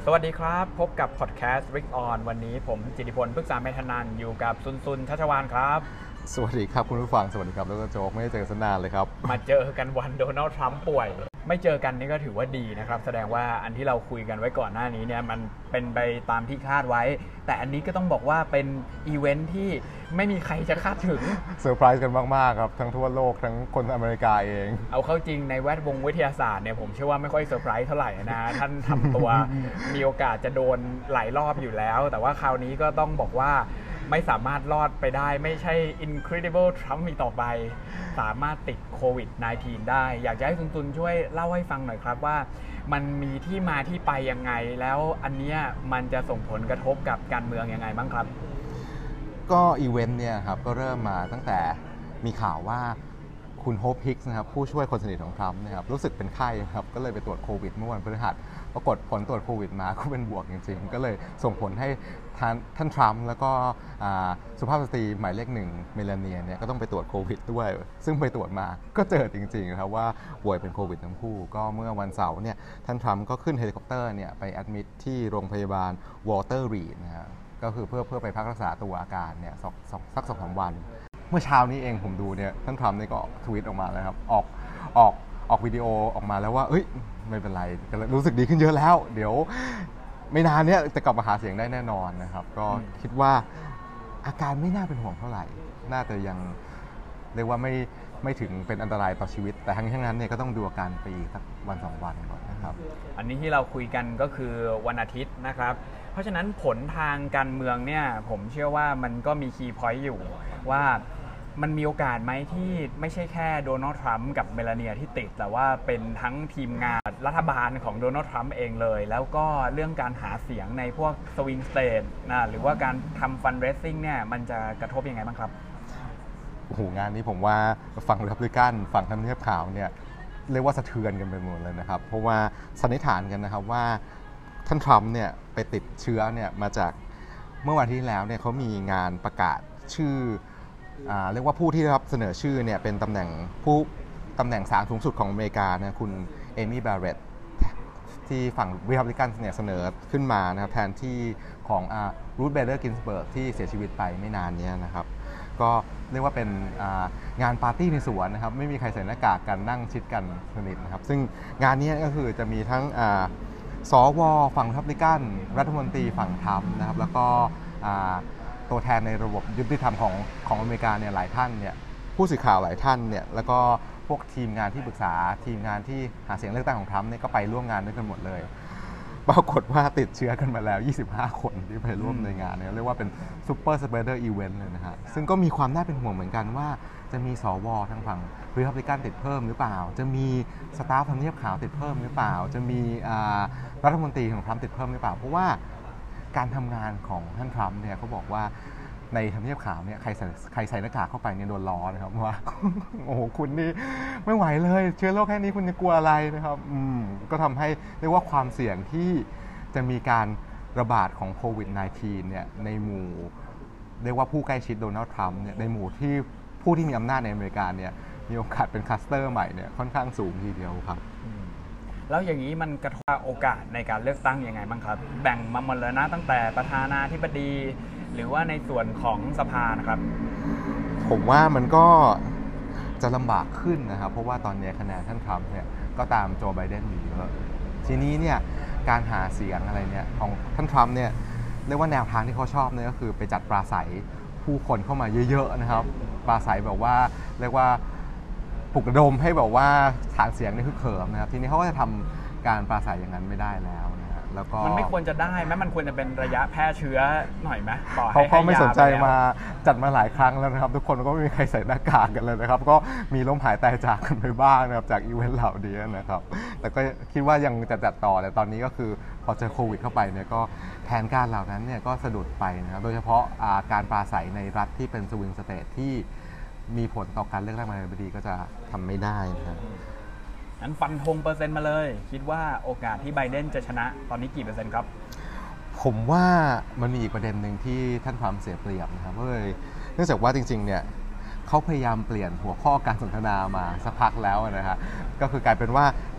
สวัสดีครับพบกับพอดแคสต์ Rick On วันนี้ผมจิติพลพฤกษาเมธนันท์อยู่กับซุนชัชวานครับสวัสดีครับคุณผู้ฟังสวัสดีครับแล้วก็โจ๊กไม่ได้เจอกันนานเลยครับมาเจอกันวันโดนัลด์ทรัมป์ป่วยไม่เจอกันนี่ก็ถือว่าดีนะครับแสดงว่าอันที่เราคุยกันไว้ก่อนหน้านี้เนี่ยมันเป็นไปตามที่คาดไว้แต่อันนี้ก็ต้องบอกว่าเป็นอีเวนท์ที่ไม่มีใครจะคาดถึงเซอร์ไพรส์กันมากๆครับทั้งทั่วโลกทั้งคนอเมริกาเองเอาเข้าจริงในแวดวงวิทยาศาสตร์เนี่ยผมเชื่อว่าไม่ค่อยเซอร์ไพรส์เท่าไหร่นะท่านทำตัวมีโอกาสจะโดนหลายรอบอยู่แล้วแต่ว่าคราวนี้ก็ต้องบอกว่าไม่สามารถรอดไปได้ไม่ใช่ Incredible Trump มีต่อไปสามารถติดโควิด -19 ได้อยากจะให้ตุนช่วยเล่าให้ฟังหน่อยครับว่ามันมีที่มาที่ไปยังไงแล้วอันเนี้ยมันจะส่งผลกระทบกับการเมืองยังไงบ้างครับก็อีเวนต์เนี่ยครับก็เริ่มมาตั้งแต่มีข่าวว่าคุณโฮปฮิกส์นะครับผู้ช่วยคนสนิทของทรัมป์นะครับรู้สึกเป็นไข้ครับก็เลยไปตรวจโควิดเมื่อวันพฤหัสปรากฏผลตรวจโควิดมาก็เป็นบวกจริงๆก็เลยส่งผลให้ท่านทรัมป์แล้วก็สุภาพสตรีหมายเลขหนึ่งเมลานีเนี่ยก็ต้องไปตรวจโควิดด้วยซึ่งไปตรวจมาก็เจอจริงๆครับว่าป่วยเป็นโควิดทั้งคู่ก็เมื่อวันเสาร์เนี่ยท่านทรัมป์ก็ขึ้นเฮลิคอปเตอร์เนี่ยไปแอดมิทที่โรงพยาบาลวอเตอร์รีดนะครับก็คือเพื่อไปพักรักษาตัวอาการเนี่ยสัก 2-3 วันเมื่อเช้านี้เองผมดูเนี่ยท่านทรัมป์นี่ก็ทวีตออกมาแล้วครับออกวิดีโอออกมาแล้วว่าเอ้ยไม่เป็นไรรู้สึกดีขึ้นเยอะแล้วเดี๋ยวไม่นานเนี้ยจะกลับมาหาเสียงได้แน่นอนนะครับก็คิดว่าอาการไม่น่าเป็นห่วงเท่าไหร่น่าจะยังเรียกว่าไม่ถึงเป็นอันตรายต่อชีวิตแต่ทั้งนั้นเนี่ยก็ต้องดูอาการไปอีกสัก1-2 วันก่อนนะครับอันนี้ที่เราคุยกันก็คือวันอาทิตย์นะครับเพราะฉะนั้นผลทางการเมืองเนี่ยผมเชื่อว่ามันก็มีคีย์พอยต์อยู่ว่ามันมีโอกาสไหมที่ไม่ใช่แค่โดนัลด์ทรัมป์กับเมลานีที่ติดแต่ว่าเป็นทั้งทีมงานรัฐบาลของโดนัลด์ทรัมป์เองเลยแล้วก็เรื่องการหาเสียงในพวกสวิงสเตทนะหรือว่าการทำฟันเรสซิ่งเนี่ยมันจะกระทบยังไงบ้างครับโอ้โหงานนี้ผมว่าฝั่งรีพับลิกันฝั่งทำเนียบขาวเนี่ยเรียกว่าสะเทือนกันไปหมดเลยนะครับเพราะว่าสันนิษฐานกันนะครับว่าท่านทรัมป์เนี่ยไปติดเชื้อเนี่ยมาจากเมื่อวันที่แล้วเนี่ยเขามีงานประกาศชื่อเรียกว่าผู้ที่ได้รับเสนอชื่อเนี่ยเป็นตำแหน่งศาลสูงสุดของอเมริกานะคุณเอมี่บาร์เร็ตที่ฝั่งรีพับลิกันเนี่ยเสนอขึ้นมานะครับแทนที่ของรูธเบเดอร์กินสเบิร์กที่เสียชีวิตไปไม่นานนี้นะครับก็เรียกว่าเป็นงานปาร์ตี้ในสวนนะครับไม่มีใครใส่หน้ากากกันนั่งชิดกันสนิทนะครับซึ่งงานนี้ก็คือจะมีทั้งสวฝั่งรีพับลิกันรัฐมนตรีฝั่งทรัมป์นะครับแล้วก็ตัวแทนในระบบยุติธรรมของอเมริกาเนี่ยหลายท่านเนี่ยผู้สื่อข่าวหลายท่านเนี่ยแล้วก็พวกทีมงานที่ปรึกษาทีมงานที่หาเสียงเลือกตั้งของทรัมป์เนี่ยก็ไปร่วมงานด้วยกันหมดเลยปรากฏว่าติดเชื้อกันมาแล้ว25 คนที่ไปร่วมในงานเนี่ยเรียกว่าเป็นซูเปอร์สเปรดเดอร์อีเวนต์เลยนะฮะซึ่งก็มีความน่าเป็นห่วงเหมือนกันว่าจะมีสวทางฝั่งรีพับลิกันติดเพิ่มหรือเปล่าจะมีสตาฟทำเนียบขาวติดเพิ่มหรือเปล่าจะมีรัฐมนตรีของทรัมป์ติดเพิ่มหรือเปล่าเพราะว่าการทำงานของท่านทรัมป์เนี่ยเขาบอกว่าในทำเนียบขาวเนี่ยใครใส่หน้ากากเข้าไปเนี่ยโดนล้อนะครับว่าโอ้โหคุณนี่ไม่ไหวเลยเชื้อโรคแค่นี้คุณจะกลัวอะไรนะครับก็ทำให้เรียกว่าความเสี่ยงที่จะมีการระบาดของโควิด -19 เนี่ยในหมู่เรียกว่าผู้ใกล้ชิดโดนัลด์ทรัมป์เนี่ยในหมู่ที่ผู้ที่มีอำนาจในอเมริกาเนี่ยมีโอกาสเป็นคลัสเตอร์ใหม่เนี่ยค่อนข้างสูงทีเดียวครับแล้วอย่างนี้มันกระทบโอกาสในการเลือกตั้งยังไงบ้างครับแบ่งมาหมดเลยนะตั้งแต่ประธานาธิบดีหรือว่าในส่วนของสภานะครับผมว่ามันก็จะลำบากขึ้นนะครับเพราะว่าตอนนี้คะแนนท่านทรัมป์เนี่ยก็ตามโจไบเดนอยู่เยอะทีนี้เนี่ยการหาเสียงอะไรเนี่ยของท่านทรัมป์เนี่ยเรียกว่าแนวทางที่เขาชอบเนี่ยก็คือไปจัดปราศัยผู้คนเข้ามาเยอะๆนะครับปราศัยแบบว่าเรียกว่าปลุกระดมให้แบบว่าฐานเสียงนี่คือเขิมนะครับทีนี้เขาก็จะทำการปราศัยอย่างนั้นไม่ได้แล้วแล้วก็มันไม่ควรจะได้ไหมมันควรจะเป็นระยะแพร่เชื้อหน่อยไหมเขาไม่สนใจมาจัดมาหลายครั้งแล้วนะครับทุกคนก็ไม่มีใครใส่หน้ากากกันเลยนะครับก็มีล้มหายตายจากกันไปบ้างนะครับจากอีเวนต์เหล่านี้นะครับแต่ก็คิดว่ายังจะจัดต่อแต่ตอนนี้ก็คือพอเจอโควิดเข้าไปเนี่ยก็แผนการเหล่านั้นเนี่ยก็สะดุดไปนะครับโดยเฉพาะการปราศัยในรัฐที่เป็นสวิงสเตทที่มีผลต่อการเลือกตั้งประธานาธิบดีก็จะทำไม่ได้นะครับงั้นฟันธงเปอร์เซ็นต์มาเลยคิดว่าโอกาสที่ไบเดนจะชนะตอนนี้กี่เปอร์เซ็นต์ครับผมว่ามันมีอีกประเด็นหนึ่งที่ท่านทรัมป์เสียเปรียบนะครับเนื่องจากว่าจริงๆเนี่ยเขาพยายามเปลี่ยนหัวข้อการสนทนามาสักพักแล้วนะฮะก็คือกลายเป็นว่า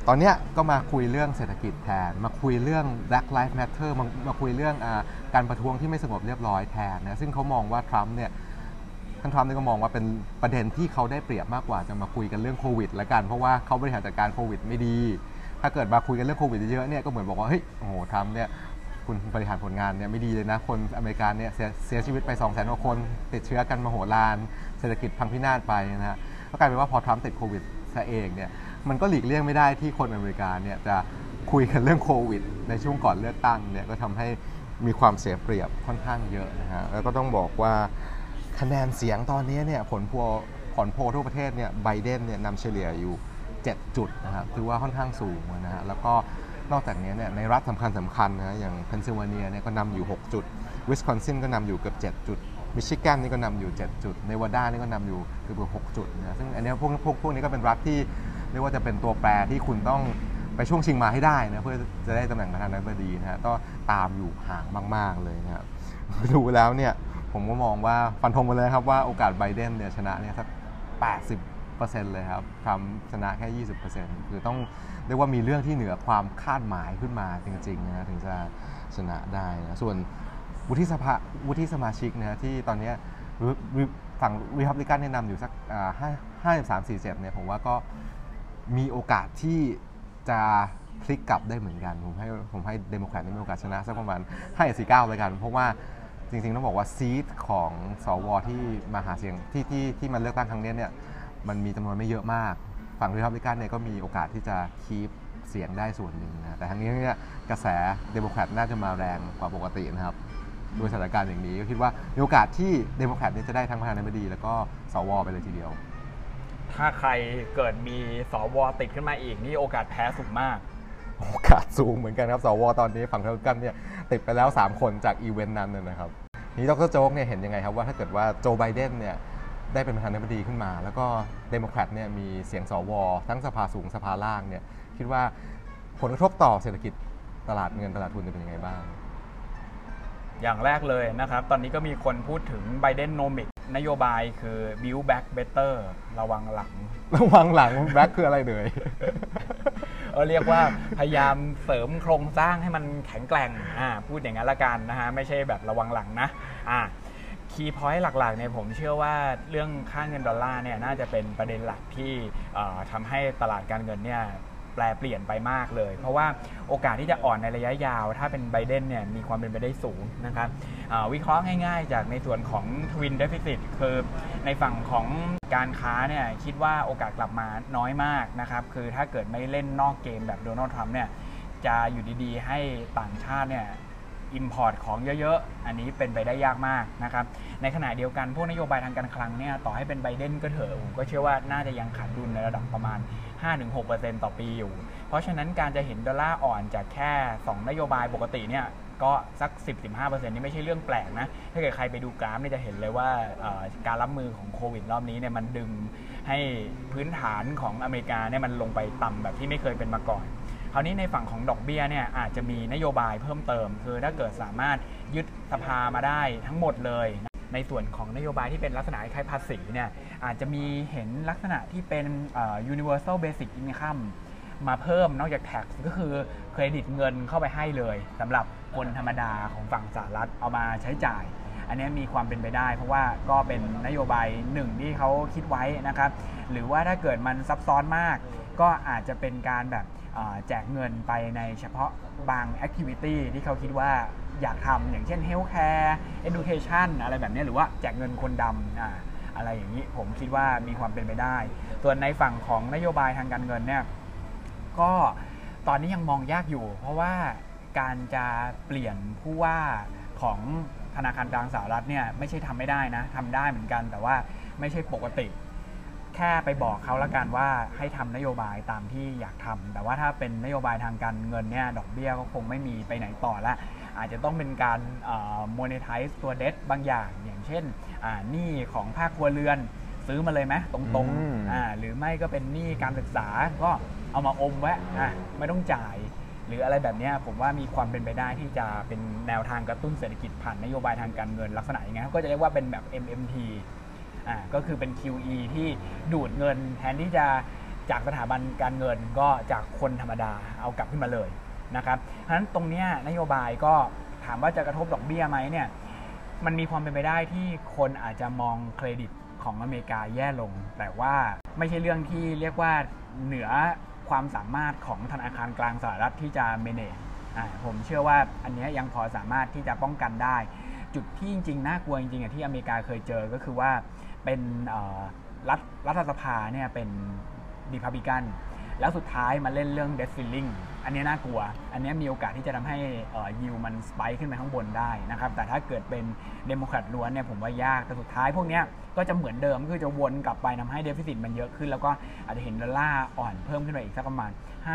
ตอนเนี้ยก็มาคุยเรื่องเศรษฐกิจแทนมาคุยเรื่อง Black Lives Matter มาคุยเรื่องการประท้วงที่ไม่สงบเรียบร้อยแทนนะซึ่งเขามองว่าทรัมป์เนี่ยท่านทรัมป์นี่ก็มองว่าเป็นประเด็นที่เขาได้เปรียบมากกว่าจะมาคุยกันเรื่องโควิดละกันเพราะว่าเขาบริหารจัดการโควิดไม่ดีถ้าเกิดมาคุยกันเรื่องโควิดเยอะๆเนี่ยก็เหมือนบอกว่าเฮ้ยโอ้โหทรัมป์เนี่ยคุณบริหารผลงานเนี่ยไม่ดีเลยนะคนอเมริกันเนี่ยเสียชีวิตไป 200,000 กว่าคนติดเชื้อกันมโหฬารเศรษฐกิจพังพินาศไปนะฮะก็กลายเป็นว่าพอทรัมป์ติดโควิดซะเองเนี่ยมันก็หลีกเลี่ยงไม่ได้ที่คนอเมริกันเนี่ยจะคุยกันเรื่องโควิดในช่วงก่อนเลือกตั้งเนี่ยก็ทำให้มีความเสียเปรียบค่อนข้างเยอะนะฮะแล้วก็ต้องบอกว่าคะแนนเสียงตอนนี้เนี่ยผลโพลทั่วประเทศเนี่ยไบเดนเนี่ยนำเฉลี่ยอยู่7จุดนะครับถือว่าค่อนข้างสูงนะฮะแล้วก็นอกจากนี้เนี่ยในรัฐสำคัญนะอย่างเพนซิลเวเนียเนี่ยก็นำอยู่6จุดวิสคอนซินก็นำอยู่เกือบ7จุดมิชิแกนนี่ก็นำอยู่7จุดเนวาดานี่ก็นำอยู่เกือบ6จุดนะซึ่งอันนี้พวกนี้ก็เป็นรัฐที่เรียกว่าจะเป็นตัวแปรที่คุณต้องไปช่วงชิงมาให้ได้นะเพื่อจะได้ตำแหน่งประธานาธิบดีนะฮะก็ตามอยู่ห่างมากๆเลยนะครับดูแล้วเนี่ยผมก็มองว่าฟันธงไปเลยครับว่าโอกาสไบเดนเนี่ยชนะเนี่ยสัก 80% เลยครับทรัมป์ชนะแค่ 20% คือต้องเรียกว่ามีเรื่องที่เหนือความคาดหมายขึ้นมาจริงๆนะถึงจะชนะได้นะส่วนวุฒิสมาชิกนะที่ตอนนี้ฝั่งรีพับลิกันเนี่ยนำอยู่สัก53-47เนี่ยผมว่าก็มีโอกาสที่จะพลิกกลับได้เหมือนกันผมให้เดโมแครตมีโอกาสชนะสักประมาณ5-49เลยกันเพราะว่าจริงๆต้องบอกว่าซีทของสวที่มาหาเสียงที่มาเลือกตั้งครั้งนี้เนี่ยมันมีจำนวนไม่เยอะมากฝั่งรีพับลิกันเนี่ยก็มีโอกาสที่จะคีปเสียงได้ส่วนหนึ่งนะแต่ทั้งนี้เนี่ยกระแสเดโมแครตน่าจะมาแรงกว่าปกตินะครับด้วยสถานการณ์อย่างนี้ก็คิดว่ามีโอกาสที่เดโมแครตเนี่ยจะได้ทั้งประธานาธิบดีแล้วก็สวไปเลยทีเดียวถ้าใครเกิดมีสวติดขึ้นมาอีกนี่โอกาสแพ้สูงมากโอกาสสูงเหมือนกันครับสวตอนนี้ฝั่งรีพับลิกันเนี่ยติดไปแล้ว3คนจากอีเวนต์นั้นนะครับนี่ดร.โจ๊กเนี่ยเห็นยังไงครับว่าถ้าเกิดว่าโจไบเดนเนี่ยได้เป็นประธานาธิบดีขึ้นมาแล้วก็เดโมแครตเนี่ยมีเสียงสวทั้งสภาสูงสภาล่างเนี่ยคิดว่าผลกระทบต่อเศรษฐกิจตลาดเงินตลาดทุนจะเป็นยังไงบ้างอย่างแรกเลยนะครับตอนนี้ก็มีคนพูดถึง Bidenomics นโยบายคือ Build Back Better ระวังหลัง Back คืออะไรเลยเรียกว่าพยายามเสริมโครงสร้างให้มันแข็งแกร่งพูดอย่างนั้นละกันนะฮะไม่ใช่แบบระวังหลังนะคีย์พอยต์หลักๆเนี่ยผมเชื่อว่าเรื่องค่าเงินดอลลาร์เนี่ยน่าจะเป็นประเด็นหลักที่ทำให้ตลาดการเงินเนี่ยแปลเปลี่ยนไปมากเลยเพราะว่าโอกาสที่จะอ่อนในระยะยาวถ้าเป็นไบเดนเนี่ยมีความเป็นไปได้สูงนะครับวิเคราะห์ง่ายๆจากในส่วนของ Twin Deficit คือในฝั่งของการค้าเนี่ยคิดว่าโอกาสกลับมาน้อยมากนะครับคือถ้าเกิดไม่เล่นนอกเกมแบบโดนัลด์ทรัมป์เนี่ยจะอยู่ดีๆให้ต่างชาติเนี่ยimport ของเยอะๆอันนี้เป็นไปได้ยากมากนะครับในขณะเดียวกันพวกนโยบายทางการคลังเนี่ยต่อให้เป็นไบเดนก็เถอะผมก็เชื่อว่าน่าจะยังขาดดุลในระดับประมาณ 5-6% ต่อปีอยู่เพราะฉะนั้นการจะเห็นดอลลาร์อ่อนจากแค่2นโยบายปกติเนี่ยก็สัก 10-15% นี่ไม่ใช่เรื่องแปลกนะถ้าเกิดใครไปดูกราฟเนี่ยจะเห็นเลยว่าการรับมือของโควิดรอบนี้เนี่ยมันดึงให้พื้นฐานของอเมริกาเนี่ยมันลงไปต่ำแบบที่ไม่เคยเป็นมาก่อนคราวนี้ในฝั่งของดอกเบี้ยเนี่ยอาจจะมีนโยบายเพิ่มเติมคือถ้าเกิดสามารถยึดสภามาได้ทั้งหมดเลยในส่วนของนโยบายที่เป็นลักษณะคล้ายภาษีเนี่ยอาจจะมีเห็นลักษณะที่เป็น universal basic income มาเพิ่มนอกจาก tax ก็คือเครดิตเงินเข้าไปให้เลยสำหรับคนธรรมดาของฝั่งสหรัฐเอามาใช้จ่ายอันนี้มีความเป็นไปได้เพราะว่าก็เป็นนโยบายหนึ่งที่เขาคิดไว้นะครับหรือว่าถ้าเกิดมันซับซ้อนมากก็อาจจะเป็นการแบบแจกเงินไปในเฉพาะบาง activity ที่เขาคิดว่าอยากทำอย่างเช่น healthcare education อะไรแบบนี้หรือว่าแจกเงินคนดำอะไรอย่างนี้ผมคิดว่ามีความเป็นไปได้ส่วนในฝั่งของนโยบายทางการเงินเนี่ยก็ตอนนี้ยังมองยากอยู่เพราะว่าการจะเปลี่ยนผู้ว่าของธนาคารกลางสหรัฐเนี่ยไม่ใช่ทำไม่ได้นะทำได้เหมือนกันแต่ว่าไม่ใช่ปกติแค่ไปบอกเขาละกันว่าให้ทำนโยบายตามที่อยากทำแต่ว่าถ้าเป็นนโยบายทางการเงินเนี่ยดอกเบี้ยก็คงไม่มีไปไหนต่อละอาจจะต้องเป็นการmonetize ตัว debt บางอย่างเช่นหนี้ของภาคครัวเรือนซื้อมาเลยไหมตรงๆหรือไม่ก็เป็นหนี้การศึกษาก็เอามาอมไว้ไม่ต้องจ่ายหรืออะไรแบบนี้ผมว่ามีความเป็นไปได้ที่จะเป็นแนวทางกระตุ้นเศรษฐกิจผ่านนโยบายทางการเงินลักษณะอย่างนี้ก็จะเรียกว่าเป็นแบบ MMTก็คือเป็น QE ที่ดูดเงินแทนที่จะจากสถาบันการเงินก็จากคนธรรมดาเอากลับขึ้นมาเลยนะครับเพราะฉะนั้นตรงนี้นโยบายก็ถามว่าจะกระทบดอกเบี้ยไหมเนี่ยมันมีความเป็นไปได้ที่คนอาจจะมองเครดิตของอเมริกาแย่ลงแต่ว่าไม่ใช่เรื่องที่เรียกว่าเหนือความสามารถของธนาคารกลางสหรัฐที่จะ manage ผมเชื่อว่าอันนี้ยังพอสามารถที่จะป้องกันได้จุดที่จริงๆน่ากลัวจริงๆที่อเมริกาเคยเจอก็คือว่าเป็นรัฐสภาเนี่ยเป็นรีพับลิกันแล้วสุดท้ายมาเล่นเรื่อง debt ceiling อันนี้น่ากลัวอันนี้มีโอกาสที่จะทำให้ยิวมันสไปค์ขึ้นไปข้างบนได้นะครับแต่ถ้าเกิดเป็นเดโมแครตล้วนเนี่ยผมว่ายากแต่สุดท้ายพวกนี้ก็จะเหมือนเดิมคือจะวนกลับไปทำให้เดฟิซิตมันเยอะขึ้นแล้วก็อาจจะเห็นดอลลาร์อ่อนเพิ่มขึ้นไปอีกสักประมาณ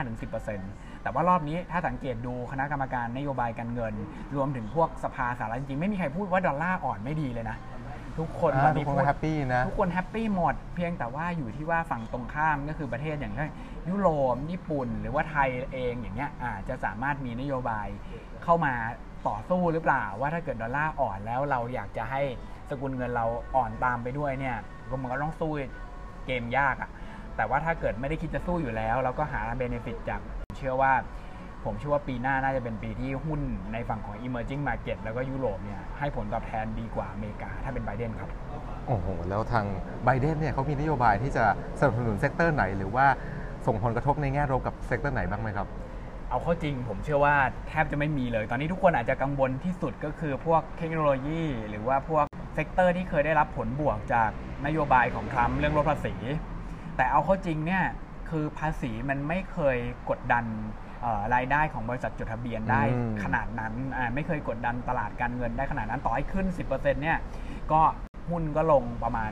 5-10% แต่ว่ารอบนี้ถ้าสังเกตดูคณะกรรมการนโยบายการเงินรวมถึงพวกสภาสหรัฐจริงๆไม่มีใครพูดว่าดอลลาร์อ่อนไม่ดีเลยนะทุกคนทุกคนแฮปปี้นะทุกคนแฮปปี้หมดเพียงแต่ว่าอยู่ที่ว่าฝั่งตรงข้ามก็คือประเทศอย่างเช่นยุโรปญี่ปุ่นหรือว่าไทยเองอย่างเงี้ยจะสามารถมีนโยบายเข้ามาต่อสู้หรือเปล่าว่าถ้าเกิดดอลลาร์อ่อนแล้วเราอยากจะให้สกุลเงินเราอ่อนตามไปด้วยเนี่ยมันก็ต้องสู้เกมยากแต่ว่าถ้าเกิดไม่ได้คิดจะสู้อยู่แล้วเราก็หาเบเนฟิตจากผมเชื่อว่าปีหน้าน่าจะเป็นปีที่หุ้นในฝั่งของ emerging market แล้วก็ยุโรปเนี่ยให้ผลตอบแทนดีกว่าอเมริกาถ้าเป็นไบเดนครับโอ้โหแล้วทางไบเดนเนี่ยเขามีนโยบายที่จะสนับสนุนเซกเตอร์ไหนหรือว่าส่งผลกระทบในแง่ลบกับเซกเตอร์ไหนบ้างไหมครับเอาเข้าจริงผมเชื่อว่าแทบจะไม่มีเลยตอนนี้ทุกคนอาจจะกังวลที่สุดก็คือพวกเทคโนโลยีหรือว่าพวกเซกเตอร์ที่เคยได้รับผลบวกจากนโยบายของทรัมป์เรื่องลดภาษีแต่เอาเข้าจริงเนี่ยคือภาษีมันไม่เคยกดดันรายได้ของบริษัทจดทะเบียนได้ขนาดนั้นไม่เคยกดดันตลาดการเงินได้ขนาดนั้นต่อให้ขึ้น 10% เนี่ยก็หุ้นก็ลงประมาณ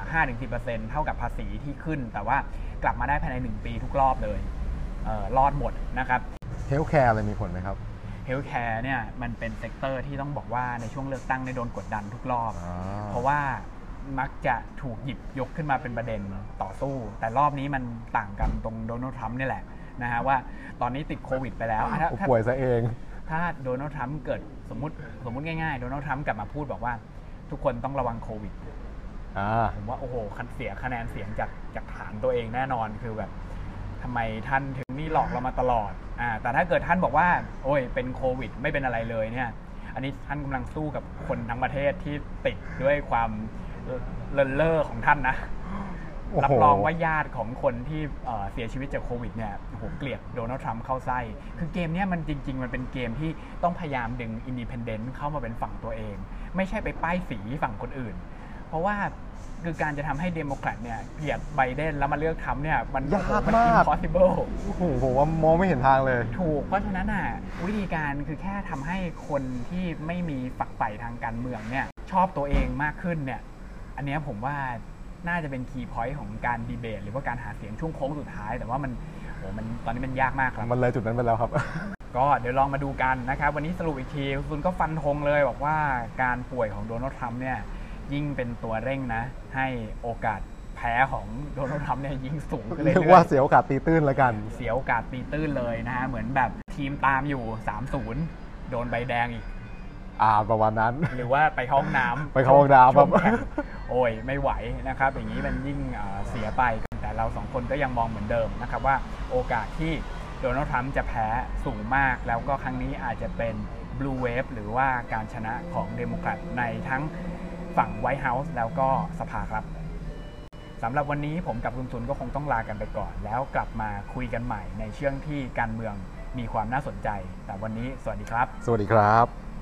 5-10% เท่ากับภาษีที่ขึ้นแต่ว่ากลับมาได้ภายใน1ปีทุกรอบเลยรอดหมดนะครับเฮลท์แคร์อะไรมีผลไหมครับเฮลท์แคร์เนี่ยมันเป็นเซกเตอร์ที่ต้องบอกว่าในช่วงเลือกตั้งได้โดนกดดันทุกรอบเพราะว่ามักจะถูกหยิบยกขึ้นมาเป็นประเด็นต่อสู้แต่รอบนี้มันต่างกันตรงโดนัลด์ทรัมป์นี่แหละนะฮะว่าตอนนี้ติดโควิดไปแล้วถ้าป่วยซะเองถ้าโดนัลด์ทรัมป์เกิดสมมุติง่ายๆโดนัลด์ทรัมป์กลับมาพูดบอกว่าทุกคนต้องระวังโควิดผมว่าโอ้โหเสียคะแนนเสียงจากฐานตัวเองแน่นอนคือแบบทำไมท่านถึงนี่หลอกเรามาตลอดแต่ถ้าเกิดท่านบอกว่าโอ้ยเป็นโควิดไม่เป็นอะไรเลยเนี่ยอันนี้ท่านกำลังสู้กับคนทั้งประเทศที่ติดด้วยความเลินเล่อของท่านนะรับรองว่าญาติของคนที่เสียชีวิตจากโควิดเนี่ยโอ้โหเกลียดโดนัลด์ทรัมป์เข้าไส้คือเกมนี้มันจริงๆมันเป็นเกมที่ต้องพยายามดึงอินดิเพนเดนต์เข้ามาเป็นฝั่งตัวเองไม่ใช่ไปป้ายสีฝั่งคนอื่นเพราะว่าคือการจะทำให้เดโมแครตเนี่ยเกลียดไบเดนแล้วมาเลือกทรัมป์เนี่ยมันยากมาก impossible โอ้โหผมว่ามองไม่เห็นทางเลยถูกเพราะฉะนั้นวิธีการคือแค่ทำให้คนที่ไม่มีฝักใฝ่ทางการเมืองเนี่ยชอบตัวเองมากขึ้นเนี่ยอันนี้ผมว่าน่าจะเป็นคีย์พอยต์ของการดีเบตหรือว่าการหาเสียงช่วงโค้งสุดท้ายแต่ว่ามันตอนนี้มันยากมากครับมันเลยจุดนั้นไปแล้วครับก็เดี๋ยวลองมาดูกันนะครับวันนี้สรุปอีกทีคุณก็ฟันธงเลยบอกว่าการป่วยของโดนัลด์ทรัมป์เนี่ยยิ่งเป็นตัวเร่งนะให้โอกาสแพ้ของโดนัลด์ทรัมป์เนี่ยยิ่งสูงขึ้นเลยเรียกว่าเสียโอกาสตีตื้นแล้วกันเสียโอกาสตีตื้นเลยนะฮะเหมือนแบบทีมตามอยู่ 3-0 โดนใบแดงอีกประมาณนั้นหรือว่าไปห้องน้ำไปห้องน้ำครับโอ้ยไม่ไหวนะครับอย่างนี้มันยิ่งเสียไปแต่เราสองคนก็ยังมองเหมือนเดิมนะครับว่าโอกาสที่โดนัลด์ทรัมป์จะแพ้สูงมากแล้วก็ครั้งนี้อาจจะเป็น Blue Wave หรือว่าการชนะของเดโมแครตในทั้งฝั่งไวท์เฮาส์แล้วก็สภาครับสำหรับวันนี้ผมกับคุณตุลก็คงต้องลากันไปก่อนแล้วกลับมาคุยกันใหม่ในช่วงที่การเมืองมีความน่าสนใจแต่วันนี้สวัสดีครับสวัสดีครับ